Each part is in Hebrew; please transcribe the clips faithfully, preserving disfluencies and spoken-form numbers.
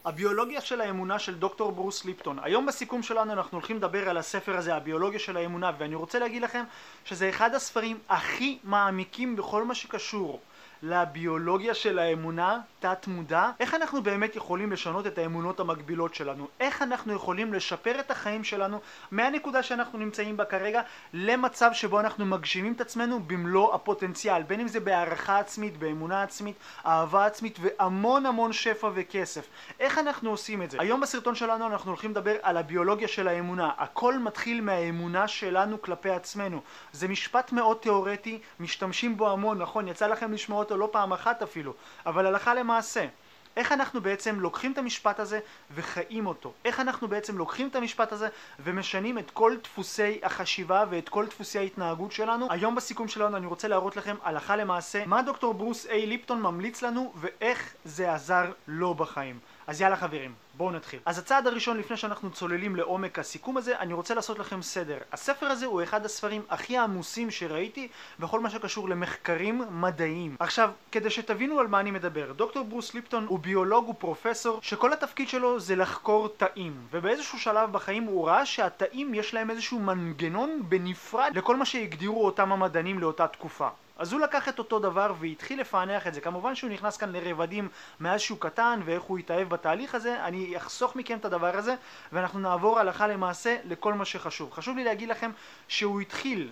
הביולוגיה של האמונה של דוקטור ברוס ליפטון. היום בסיכום שלנו אנחנו הולכים לדבר על הספר הזה, הביולוגיה של האמונה, ואני רוצה להגיד לכם שזה אחד הספרים הכי מעמיקים בכל מה שקשור לביולוגיה של האמונה, תת מודע. איך אנחנו באמת יכולים לשנות את האמונות המקבילות שלנו? איך אנחנו יכולים לשפר את החיים שלנו מהנקודה שאנחנו נמצאים בה כרגע למצב שבו אנחנו מגשימים את עצמנו במלוא הפוטנציאל, בין אם זה בהערכה עצמית, באמונה עצמית, אהבה עצמית והמון המון שפע וכסף. איך אנחנו עושים את זה? היום בסרטון שלנו אנחנו הולכים לדבר על הביולוגיה של האמונה. הכל מתחיל מהאמונה שלנו כלפי עצמנו. זה משפט מאוד תיאורטי, משתמשים בו המון, נכון? יצא לכם לשמוע אותו לא פעם אחת אפילו, אבל הלכה למעשה. איך אנחנו בעצם לוקחים את המשפט הזה וחיים אותו? איך אנחנו בעצם לוקחים את המשפט הזה ומשנים את כל דפוסי החשיבה ואת כל דפוסי ההתנהגות שלנו? היום בסיכום שלנו אני רוצה להראות לכם הלכה למעשה מה דוקטור ברוס איי ליפטון ממליץ לנו ואיך זה עזר לו בחיים. אז יאללה חברים, בואו נתחיל. אז הצעד הראשון לפני שאנחנו צוללים לעומק הסיכום הזה, אני רוצה לעשות לכם סדר. הספר הזה הוא אחד הספרים הכי עמוסים שראיתי בכל מה שקשור למחקרים מדעיים. עכשיו, כדי שתבינו על מה אני מדבר, דוקטור ברוס ליפטון הוא ביולוג, הוא פרופסור, שכל התפקיד שלו זה לחקור תאים. ובאיזשהו שלב בחיים הוא ראה שהתאים יש להם איזשהו מנגנון בנפרד לכל מה שהגדירו אותם המדענים לאותה תקופה. אז הוא לקח את אותו דבר והתחיל לפענח את זה. כמובן שהוא נכנס כאן לרבדים מאז שהוא קטן ואיך הוא התאהב בתהליך הזה. אני אחסוך מכם את הדבר הזה ואנחנו נעבור הלכה למעשה לכל מה שחשוב. חשוב לי להגיד לכם שהוא התחיל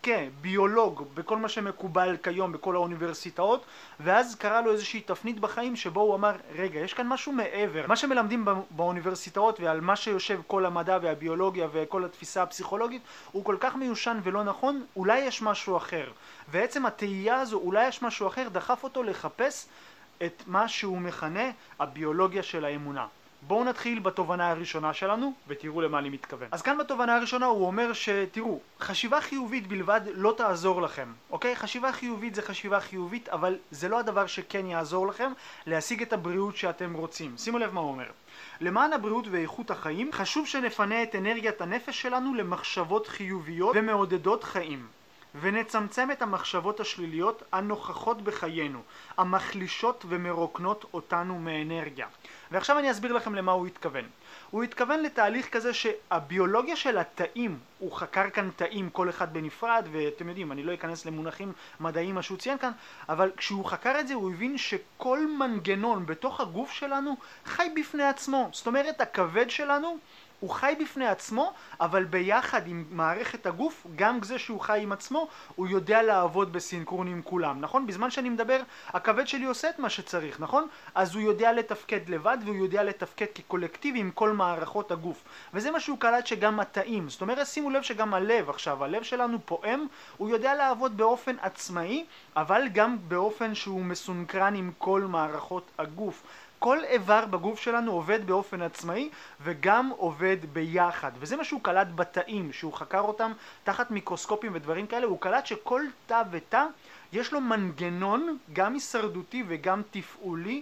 כביולוג בכל מה שמקובל כיום בכל האוניברסיטאות, ואז קרה לו איזושהי תפנית בחיים שבו הוא אמר, רגע, יש כאן משהו מעבר. מה שמלמדים באוניברסיטאות ועל מה שיושב כל המדע והביולוגיה וכל התפיסה הפסיכולוגית הוא כל כך מיושן ולא נכון, אולי יש משהו אחר. ועצם התהייה הזו, אולי יש משהו אחר, דחף אותו לחפש את מה שהוא מכנה הביולוגיה של האמונה. בואו נתחיל בתובנה הראשונה שלנו ותראו למה אני מתכוון. אז כאן בתובנה הראשונה הוא אומר שתראו, חשיבה חיובית בלבד לא תעזור לכם, אוקיי? חשיבה חיובית זה חשיבה חיובית, אבל זה לא הדבר שכן יעזור לכם להשיג את הבריאות שאתם רוצים. שימו לב מה הוא אומר. למען הבריאות ואיכות החיים חשוב שנפנה את אנרגיית הנפש שלנו למחשבות חיוביות ומעודדות חיים. ונצמצם את המחשבות השליליות הנוכחות בחיינו, המחלישות ומרוקנות אותנו מאנרגיה. ועכשיו אני אסביר לכם למה הוא התכוון. הוא התכוון לתהליך כזה שהביולוגיה של התאים, הוא חקר כאן תאים כל אחד בנפרד, ואתם יודעים, אני לא אכנס למונחים מדעיים מה שהוא ציין כאן, אבל כשהוא חקר את זה הוא הבין שכל מנגנון בתוך הגוף שלנו חי בפני עצמו. זאת אומרת, הכבד שלנו הוא חי בפני עצמו, אבל ביחד עם מערכת הגוף, גם זה שהוא חי עם עצמו, הוא יודע לעבוד בסינכרון עם כולם, נכון? בזמן שאני מדבר, הכבד שלי עושה את מה שצריך, נכון? אז הוא יודע לתפקד לבד, והוא יודע לתפקד כקולקטיב עם כל מערכות הגוף. וזה מה שהוא קלט שגם התאים, זאת אומרת, שימו לב שגם הלב עכשיו, הלב שלנו פועם, הוא יודע לעבוד באופן עצמאי, אבל גם באופן שהוא מסונכרן עם כל מערכות הגוף. כל איבר בגוף שלנו עובד באופן עצמאי וגם עובד ביחד, וזה מה שהוא קלט בתאים, שהוא חקר אותם תחת מיקרוסקופים ודברים כאלה. הוא קלט שכל תא ותא יש לו מנגנון גם הישרדותי וגם תפעולי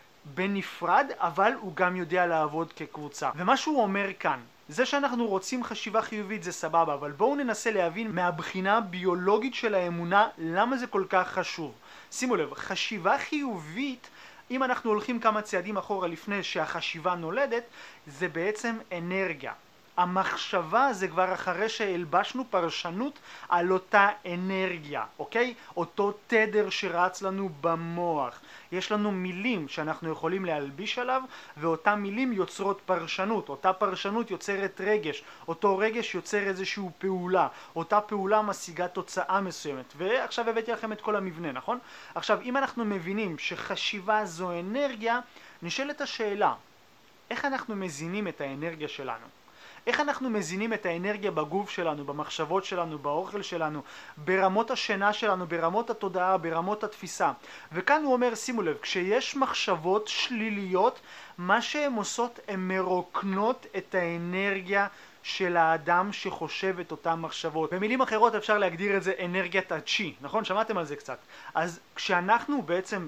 בנפרד, אבל הוא גם יודע לעבוד כקבוצה. ומה שהוא אומר כאן, זה שאנחנו רוצים חשיבה חיובית זה סבבה, אבל בואו ננסה להבין מהבחינה הביולוגית של האמונה למה זה כל כך חשוב. שימו לב, חשיבה חיובית, אם אנחנו הולכים כמה צעדים אחורה לפני שהחשיבה נולדת, זה בעצם אנרגיה. המחשבה זה כבר אחרי שהלבשנו פרשנות על אותה אנרגיה, אוקיי? אותו תדר שרץ לנו במוח. יש לנו מילים שאנחנו יכולים להלביש עליו, ואותה מילים יוצרות פרשנות. אותה פרשנות יוצרת רגש. אותו רגש יוצר איזושהי פעולה. אותה פעולה משיגה תוצאה מסוימת. ועכשיו הבאתי לכם את כל המבנה, נכון? עכשיו, אם אנחנו מבינים שחשיבה זו אנרגיה, נשאלת השאלה, איך אנחנו מזינים את האנרגיה שלנו? איך אנחנו מזינים את האנרגיה בגוף שלנו, במחשבות שלנו, באוכל שלנו, ברמות השינה שלנו, ברמות התודעה, ברמות התפיסה. וכאן הוא אומר, שימו לב, כשיש מחשבות שליליות, מה שהן עושות הן מרוקנות את האנרגיה של האדם שחושב את אותן מחשבות. במילים אחרות אפשר להגדיר את זה אנרגיית הצ'י, נכון? שמעתם על זה קצת. אז כשאנחנו בעצם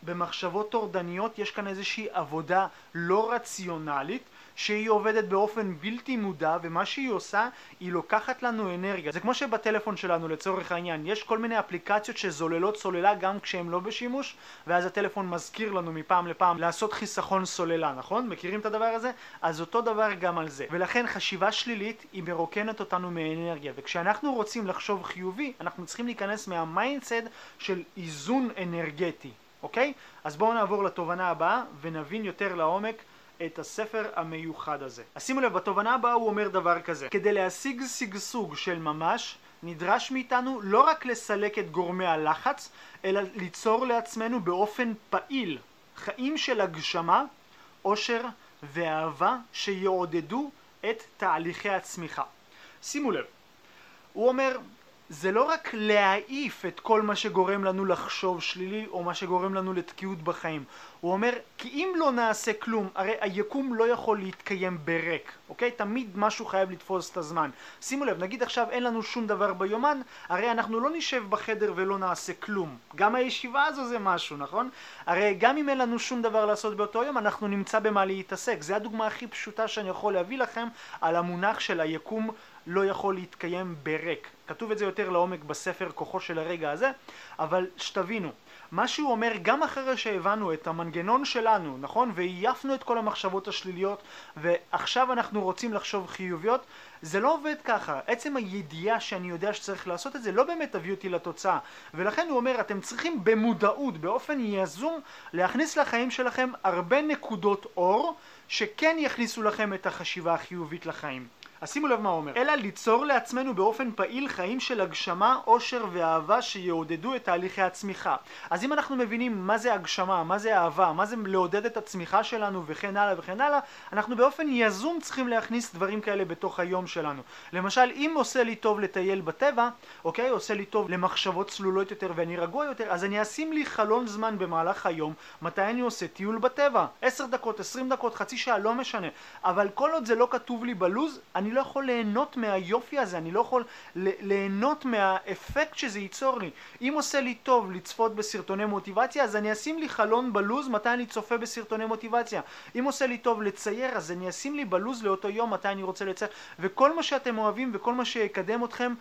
במחשבות טורדניות יש כאן איזושהי עבודה לא רציונלית שהיא עובדת באופן בלתי מודע, ומה שהיא עושה היא לוקחת לנו אנרגיה. זה כמו שבטלפון שלנו לצורך העניין יש כל מיני אפליקציות שזוללות סוללה גם כשהם לא בשימוש, ואז הטלפון מזכיר לנו מפעם לפעם לעשות חיסכון סוללה, נכון? מכירים את הדבר הזה? אז אותו דבר גם על זה. ולכן חשיבה שלילית היא מרוקנת אותנו מאנרגיה, וכשאנחנו רוצים לחשוב חיובי אנחנו צריכים להיכנס מהמיינדסט של איזון אנרגטי, אוקיי? אז בואו נעבור לתובנה הבאה ונבין יותר לעומק את הספר המיוחד הזה. אז שימו לב, בתובנה הבאה הוא אומר דבר כזה: כדי להשיג שגשוג של ממש נדרש מאיתנו לא רק לסלק את גורמי הלחץ, אלא ליצור לעצמנו באופן פעיל חיים של הגשמה, עושר ואהבה שיעודדו את תהליכי הצמיחה. שימו לב, הוא אומר זה לא רק להעיף את כל מה שגורם לנו לחשוב שלילי או מה שגורם לנו לתקיעות בחיים. הוא אומר כי אם לא נעשה כלום, הרי היקום לא יכול להתקיים בריק, אוקיי? תמיד משהו חייב לתפוס את הזמן. שימו לב, נגיד עכשיו אין לנו שום דבר ביומן, הרי אנחנו לא נשב בחדר ולא נעשה כלום. גם הישיבה הזו זה משהו, נכון? הרי גם אם אין לנו שום דבר לעשות באותו יום, אנחנו נמצא במה להתעסק. זה הדוגמה הכי פשוטה שאני יכול להביא לכם על המונח של היקום לא יכול להתקיים בריק. כתוב את זה יותר לעומק בספר כוחו של הרגע הזה, אבל שתבינו, מה שהוא אומר גם אחרי שהבנו את המנגנון שלנו, נכון? והייפנו את כל המחשבות השליליות ועכשיו אנחנו רוצים לחשוב חיוביות, זה לא עובד ככה. עצם הידיעה שאני יודע שצריך לעשות את זה לא באמת תביא אותי לתוצאה, ולכן הוא אומר אתם צריכים במודעות, באופן יזום, להכניס לחיים שלכם הרבה נקודות אור שכן יכניסו לכם את החשיבה החיובית לחיים. אז שימו לב מה הוא אומר, אלא ליצור לעצמנו באופן פעיל חיים של הגשמה, עושר ואהבה שיעודדו את תהליכי הצמיחה. אז אם אנחנו מבינים מה זה הגשמה, מה זה אהבה, מה זה לעודד את הצמיחה שלנו וכן הלאה וכן הלאה, אנחנו באופן יזום צריכים להכניס דברים כאלה בתוך היום שלנו. למשל, אם עושה לי טוב לטייל בטבע, אוקיי, עושה לי טוב למחשבות צלולות יותר ואני רגוע יותר, אז אני אשים לי חלון זמן במהלך היום מתי אני עושה טיול בטבע. עשר דקות, עשרים דקות, חצי שעה, לא משנה. אבל כל עוד זה לא כתוב לי בלוז, אני לא יכול ליהנות מהיופי הזה, אני לא יכול ליהנות מהאפקט שזה ייצור לי. אם עושה לי טוב לצפות בסרטוני מוטיבציה, אז אני אשים לי חלון בלוז מתי אני צופה בסרטוני מוטיבציה. אם עושה לי טוב לצייר, אז אני אשים לי בלוז לאותו יום מתי אני רוצה לצייר. וכל מה שאתם אוהבים וכל מה שיקדם אתכם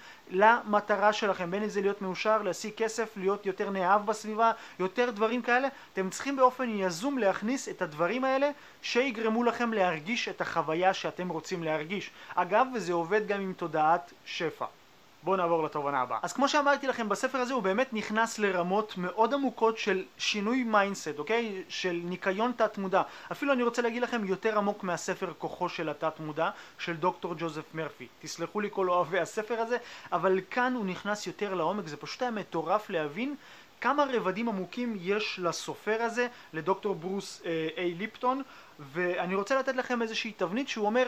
למטרה שלכם, בין אם זה להיות מאושר, להשיג כסף, להיות יותר נאהב בסביבה, יותר דברים כאלה, אתם צריכים באופן יזום להכניס את הדברים האלה שיגרמו לכם להרגיש את החוויה שאתם רוצים להרגיש. אגב, וזה עובד גם עם תודעת שפע. בואו נעבור לתובנה הבאה. אז כמו שאמרתי לכם, בספר הזה הוא באמת נכנס לרמות מאוד עמוקות של שינוי מיינדסט, אוקיי? של ניקיון תת מודע. אפילו אני רוצה להגיד לכם יותר עמוק מהספר כוחו של התת מודע של דוקטור ג'וזף מרפי. תסלחו לי כל אוהבי הספר הזה, אבל כאן הוא נכנס יותר לעומק. זה פשוט היה מטורף להבין כמה רבדים עמוקים יש לסופר הזה, לדוקטור ברוס אה, איי ליפטון, ואני רוצה לתת לכם איזושהי תבנית שהוא אומר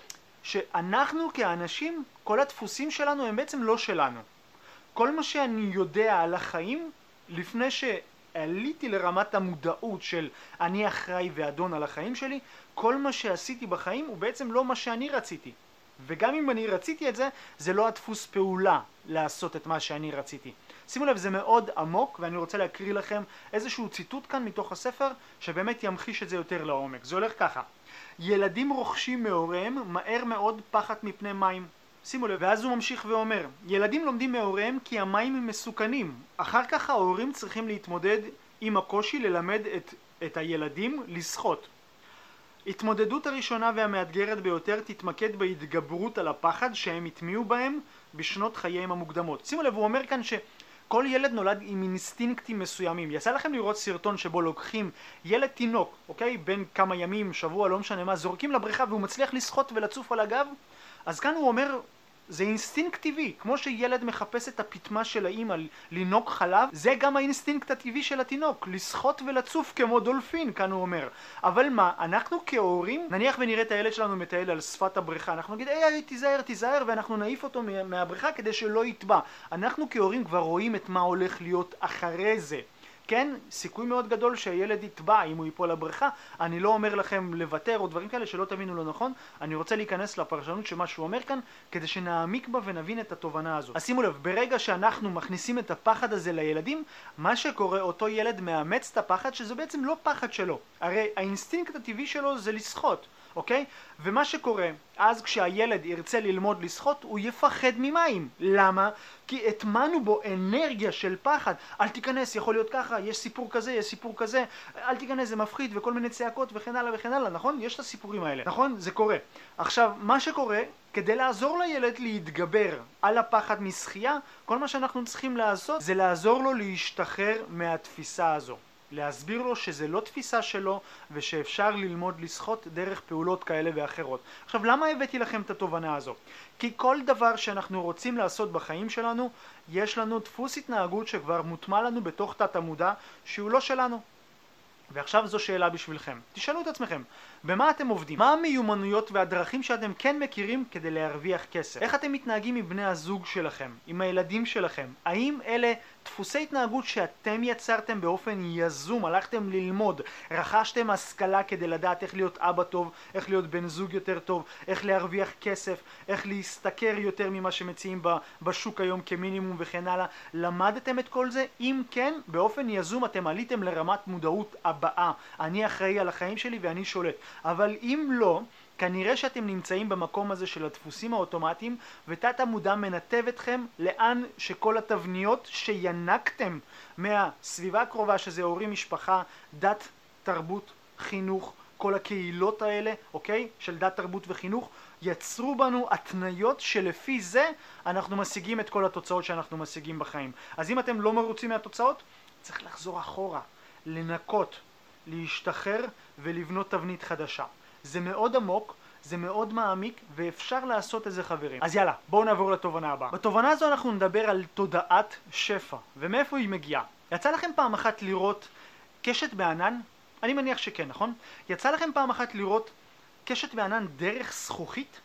שאנחנו כאנשים, כל הדפוסים שלנו הם בעצם לא שלנו. כל מה שאני יודע על החיים, לפני שעליתי לרמת המודעות של אני אחראי ואדון על החיים שלי, כל מה שעשיתי בחיים הוא בעצם לא מה שאני רציתי. וגם אם אני רציתי את זה, זה לא הדפוס פעולה לעשות את מה שאני רציתי. שימו לב, זה מאוד עמוק, ואני רוצה להקריא לכם איזשהו ציטוט כאן מתוך הספר, שבאמת ימחיש את זה יותר לעומק. זה הולך ככה: ילדים רוכשים מהוריהם מהר מאוד פחד מפני מים. שימו לב, ואז הוא ממשיך ואומר, ילדים לומדים מהוריהם כי המים הם מסוכנים. אחר כך ההורים צריכים להתמודד עם הקושי ללמד את, את הילדים לשחות. התמודדות הראשונה והמאתגרת ביותר תתמקד בהתגברות על הפחד שהם התמיעו בהם בשנות חייהם המוקדמות. שימו לב, הוא אומר כאן שכל ילד נולד עם אינסטינקטים מסוימים. יצא לכם לראות סרטון שבו לוקחים ילד תינוק, אוקיי? בין כמה ימים, שבוע, לא משנה מה, זורקים לבריכה והוא מצליח לשחות ולצוף על הגב? אז כאן הוא אומר, זה אינסטינקט טבעי, כמו שילד מחפש את הפתמה של האמא לנוק חלב, זה גם האינסטינקט הטבעי של התינוק, לשחות ולצוף כמו דולפין, כאן הוא אומר. אבל מה, אנחנו כהורים, נניח ונראה את הילד שלנו מטייל על שפת הבריכה, אנחנו נגיד, היי, תיזהר, תיזהר, ואנחנו נעיף אותו מהבריכה כדי שלא יטבע. אנחנו כהורים כבר רואים את מה הולך להיות אחרי זה. כן, סיכוי מאוד גדול שהילד יטבע אם הוא ייפול לבריכה. אני לא אומר לכם לוותר או דברים כאלה שלא תבינו לא נכון, אני רוצה להיכנס לפרשנות שמה שהוא אומר כאן כדי שנעמיק בה ונבין את התובנה הזו. אז שימו לב, ברגע שאנחנו מכניסים את הפחד הזה לילדים, מה שקורה, אותו ילד מאמץ את הפחד, שזה בעצם לא פחד שלו, הרי האינסטינקט הטבעי שלו זה לשחות, אוקיי? ומה שקורה, אז כשהילד ירצה ללמוד לשחות, הוא יפחד ממים. למה? כי התמנו בו אנרגיה של פחד. אל תיכנס, יכול להיות ככה, יש סיפור כזה, יש סיפור כזה, אל תיכנס, זה מפחיד, וכל מיני צעקות וכן הלאה וכן הלאה, נכון? יש את הסיפורים האלה, נכון? זה קורה. עכשיו, מה שקורה, כדי לעזור לילד להתגבר על הפחד משחייה, כל מה שאנחנו צריכים לעשות זה לעזור לו להשתחרר מהתפיסה הזו. להסביר לו שזה לא תפיסה שלו ושאפשר ללמוד לשחות דרך פעולות כאלה ואחרות. עכשיו, למה הבאתי לכם את התובנה הזו? כי כל דבר שאנחנו רוצים לעשות בחיים שלנו, יש לנו דפוס התנהגות שכבר מוטמע לנו בתוך תת המודע שהוא לא שלנו. ועכשיו זו שאלה בשבילכם. תשאלו את עצמכם, במה אתם עובדים? מה המיומנויות והדרכים שאתם כן מכירים כדי להרוויח כסף? איך אתם מתנהגים עם בני הזוג שלכם, עם הילדים שלכם? האם אלה דפוסי התנהגות שאתם יצרתם באופן יזום, הלכתם ללמוד, רכשתם השכלה כדי לדעת איך להיות אבא טוב, איך להיות בן זוג יותר טוב, איך להרוויח כסף, איך להשתכר יותר ממה שמציעים בשוק היום כמינימום וכן הלאה? למדתם את כל זה? אם כן, באופן יזום אתם עליתם לרמת מודעות הבאה. אני אחראי על החיים שלי ואני שולט. אבל אם לא, כנראה שאתם נמצאים במקום הזה של הדפוסים האוטומטיים, ותת המודע מנתב אתכם לאן שכל התבניות שינקתם מהסביבה הקרובה, שזה הורים, משפחה, דת, תרבות, חינוך, כל הקהילות האלה, אוקיי? של דת, תרבות וחינוך, יצרו בנו התניות שלפי זה אנחנו משיגים את כל התוצאות שאנחנו משיגים בחיים. אז אם אתם לא מרוצים מהתוצאות, צריך לחזור אחורה, לנקות, להשתחרר ולבנות תבנית חדשה. זה מאוד עמוק, זה מאוד מעמיק, ואפשר לעשות איזה חברים. אז יאללה, בואו נעבור לתובנה הבאה. בתובנה הזו אנחנו נדבר על תודעת שפע, ומאיפה היא מגיעה. יצא לכם פעם אחת לראות קשת בענן? אני מניח שכן, נכון? יצא לכם פעם אחת לראות קשת בענן דרך זכוכית?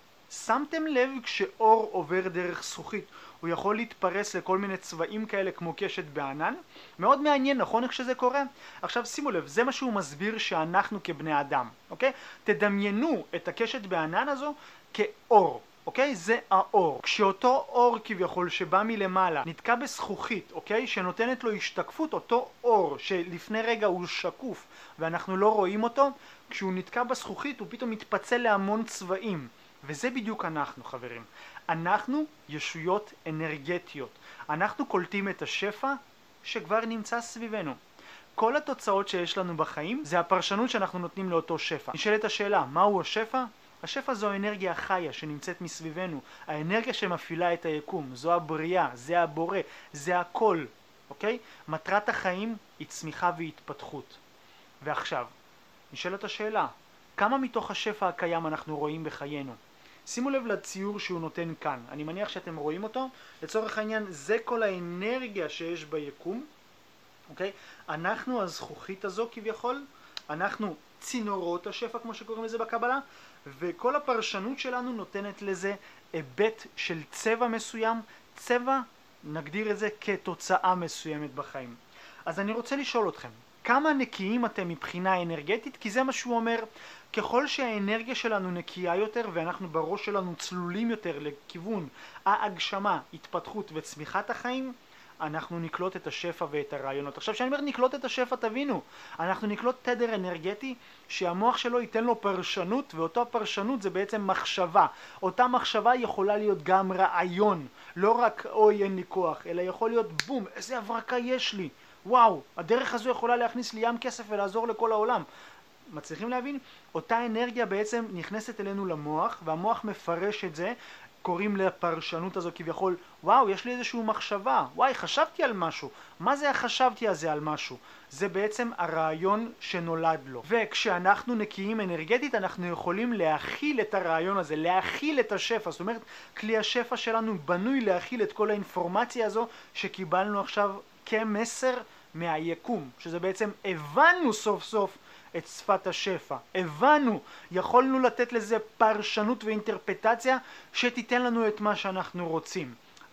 שמתם לב כשאור עובר דרך זכוכית, הוא יכול להתפרס לכל מיני צבעים כאלה כמו קשת בענן? מאוד מעניין, נכון איך שזה קורה? עכשיו שימו לב, זה מה שהוא מסביר שאנחנו כבני אדם, אוקיי? תדמיינו את הקשת בענן הזו כאור, אוקיי? זה האור. כשאותו אור כביכול שבא מלמעלה נתקע בזכוכית, אוקיי? שנותנת לו השתקפות, אותו אור שלפני רגע הוא שקוף ואנחנו לא רואים אותו, כשהוא נתקע בזכוכית הוא פתאום מתפצל להמון צבעים. וזה בדיוק אנחנו, חברים. אנחנו ישויות אנרגטיות. אנחנו קולטים את השפע שכבר נמצא סביבנו. כל התוצאות שיש לנו בחיים זה הפרשנות שאנחנו נותנים לאותו שפע. נשאלת השאלה, מהו השפע? השפע זו האנרגיה החיה שנמצאת מסביבנו, האנרגיה שמפעילה את היקום, זו הבריאה, זה הבורא, זה הכל, אוקיי? מטרת החיים היא צמיחה והתפתחות. ועכשיו, נשאלת השאלה, כמה מתוך השפע הקיים אנחנו רואים בחיינו? שימו לב לציור שהוא נותן כאן, אני מניח שאתם רואים אותו, לצורך העניין זה כל האנרגיה שיש ביקום, אוקיי? אנחנו הזכוכית הזו כביכול, אנחנו צינורות השפע כמו שקוראים לזה בקבלה, וכל הפרשנות שלנו נותנת לזה היבט של צבע מסוים, צבע נגדיר את זה כתוצאה מסוימת בחיים. אז אני רוצה לשאול אתכם, כמה נקיים אתם מבחינה אנרגטית? כי זה מה שהוא אומר, ככל שהאנרגיה שלנו נקייה יותר ואנחנו בראש שלנו צלולים יותר לכיוון ההגשמה, התפתחות וצמיחת החיים, אנחנו נקלוט את השפע ואת הרעיונות. עכשיו שאני אומר נקלוט את השפע, תבינו, אנחנו נקלוט תדר אנרגטי שהמוח שלו ייתן לו פרשנות, ואותו פרשנות זה בעצם מחשבה. אותה מחשבה יכולה להיות גם רעיון, לא רק אוי אין לי כוח, אלא יכול להיות בום, איזה הברקה יש לי, וואו, הדרך הזו יכולה להכניס לי ים כסף ולעזור לכל העולם. מצליחים להבין? אותה אנרגיה בעצם נכנסת אלינו למוח, והמוח מפרש את זה, קוראים לפרשנות הזו כביכול, וואו, יש לי איזושהי מחשבה, וואי, חשבתי על משהו. מה זה החשבתי הזה על משהו? זה בעצם הרעיון שנולד לו. וכשאנחנו נקיים אנרגטית, אנחנו יכולים להכיל את הרעיון הזה, להכיל את השפע. זאת אומרת, כלי השפע שלנו בנוי להכיל את כל האינפורמציה הזו שקיבלנו עכשיו כמסר מהיקום, שזה בעצם הבנו סוף סוף את שפת השפע. הבנו, יכולנו לתת לזה פרשנות ואינטרפטציה שתיתן לנו את מה שאנחנו רוצים.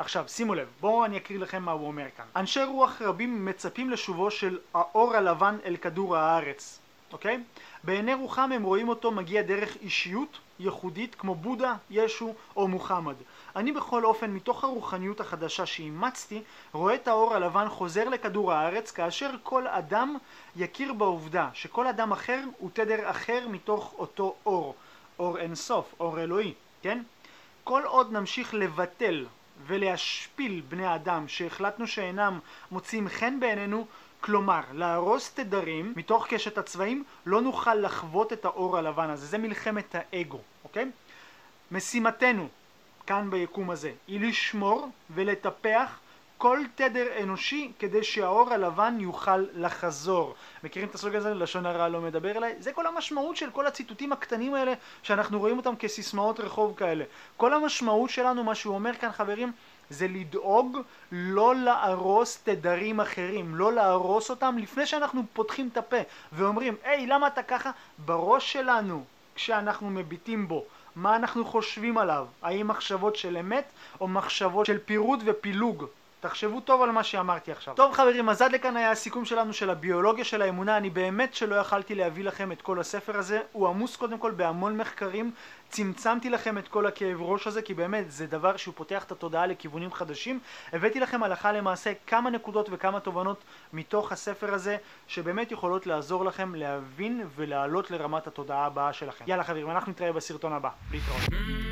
עכשיו שימו לב, בואו אני אקריא לכם מה הוא אומר כאן. אנשי רוח רבים מצפים לשובו של האור הלבן אל כדור הארץ, אוקיי? בעיני רוחם הם רואים אותו מגיע דרך אישיות ייחודית כמו בודה, ישו או מוחמד. אני בכל אופן מתוך הרוחניות החדשה שאימצתי רואה את האור הלבן חוזר לכדור הארץ כאשר כל אדם יכיר בעובדה שכל אדם אחר הוא תדר אחר מתוך אותו אור, אור אינסוף, אור אלוהי, כן? כל עוד נמשיך לבטל ולהשפיל בני אדם שהחלטנו שאינם מוצאים חן בעינינו, כלומר להרוס תדרים מתוך קשת הצבעים, לא נוכל לחוות את האור הלבן הזה. זה מלחמת האגו, אוקיי? משימתנו כאן ביקום הזה היא לשמור ולטפח כל תדר אנושי כדי שהאור הלבן יוכל לחזור. מכירים את הסוג הזה? לשון הרע לא מדבר אליי? זה כל המשמעות של כל הציטוטים הקטנים האלה שאנחנו רואים אותם כסיסמאות רחוב כאלה. כל המשמעות שלנו, מה שהוא אומר כאן חברים, זה לדאוג לא להרוס תדרים אחרים, לא להרוס אותם לפני שאנחנו פותחים את הפה ואומרים, היי, למה אתה ככה? בראש שלנו, כשאנחנו מביטים בו, מה אנחנו חושבים עליו? האם מחשבות של אמת או מחשבות של פירוד ופילוג? תחשבו טוב על מה שאמרתי עכשיו. טוב חברים, אז עד לכאן היה הסיכום שלנו של הביולוגיה של האמונה. אני באמת שלא יכלתי להביא לכם את כל הספר הזה, הוא עמוס קודם כל בהמון מחקרים, צמצמתי לכם את כל הכאב ראש הזה כי באמת זה דבר שהוא פותח את התודעה לכיוונים חדשים. הבאתי לכם הלכה למעשה כמה נקודות וכמה תובנות מתוך הספר הזה שבאמת יכולות לעזור לכם להבין ולעלות לרמת התודעה הבאה שלכם. יאללה חברים, אנחנו נתראה בסרטון הבא. להתראות.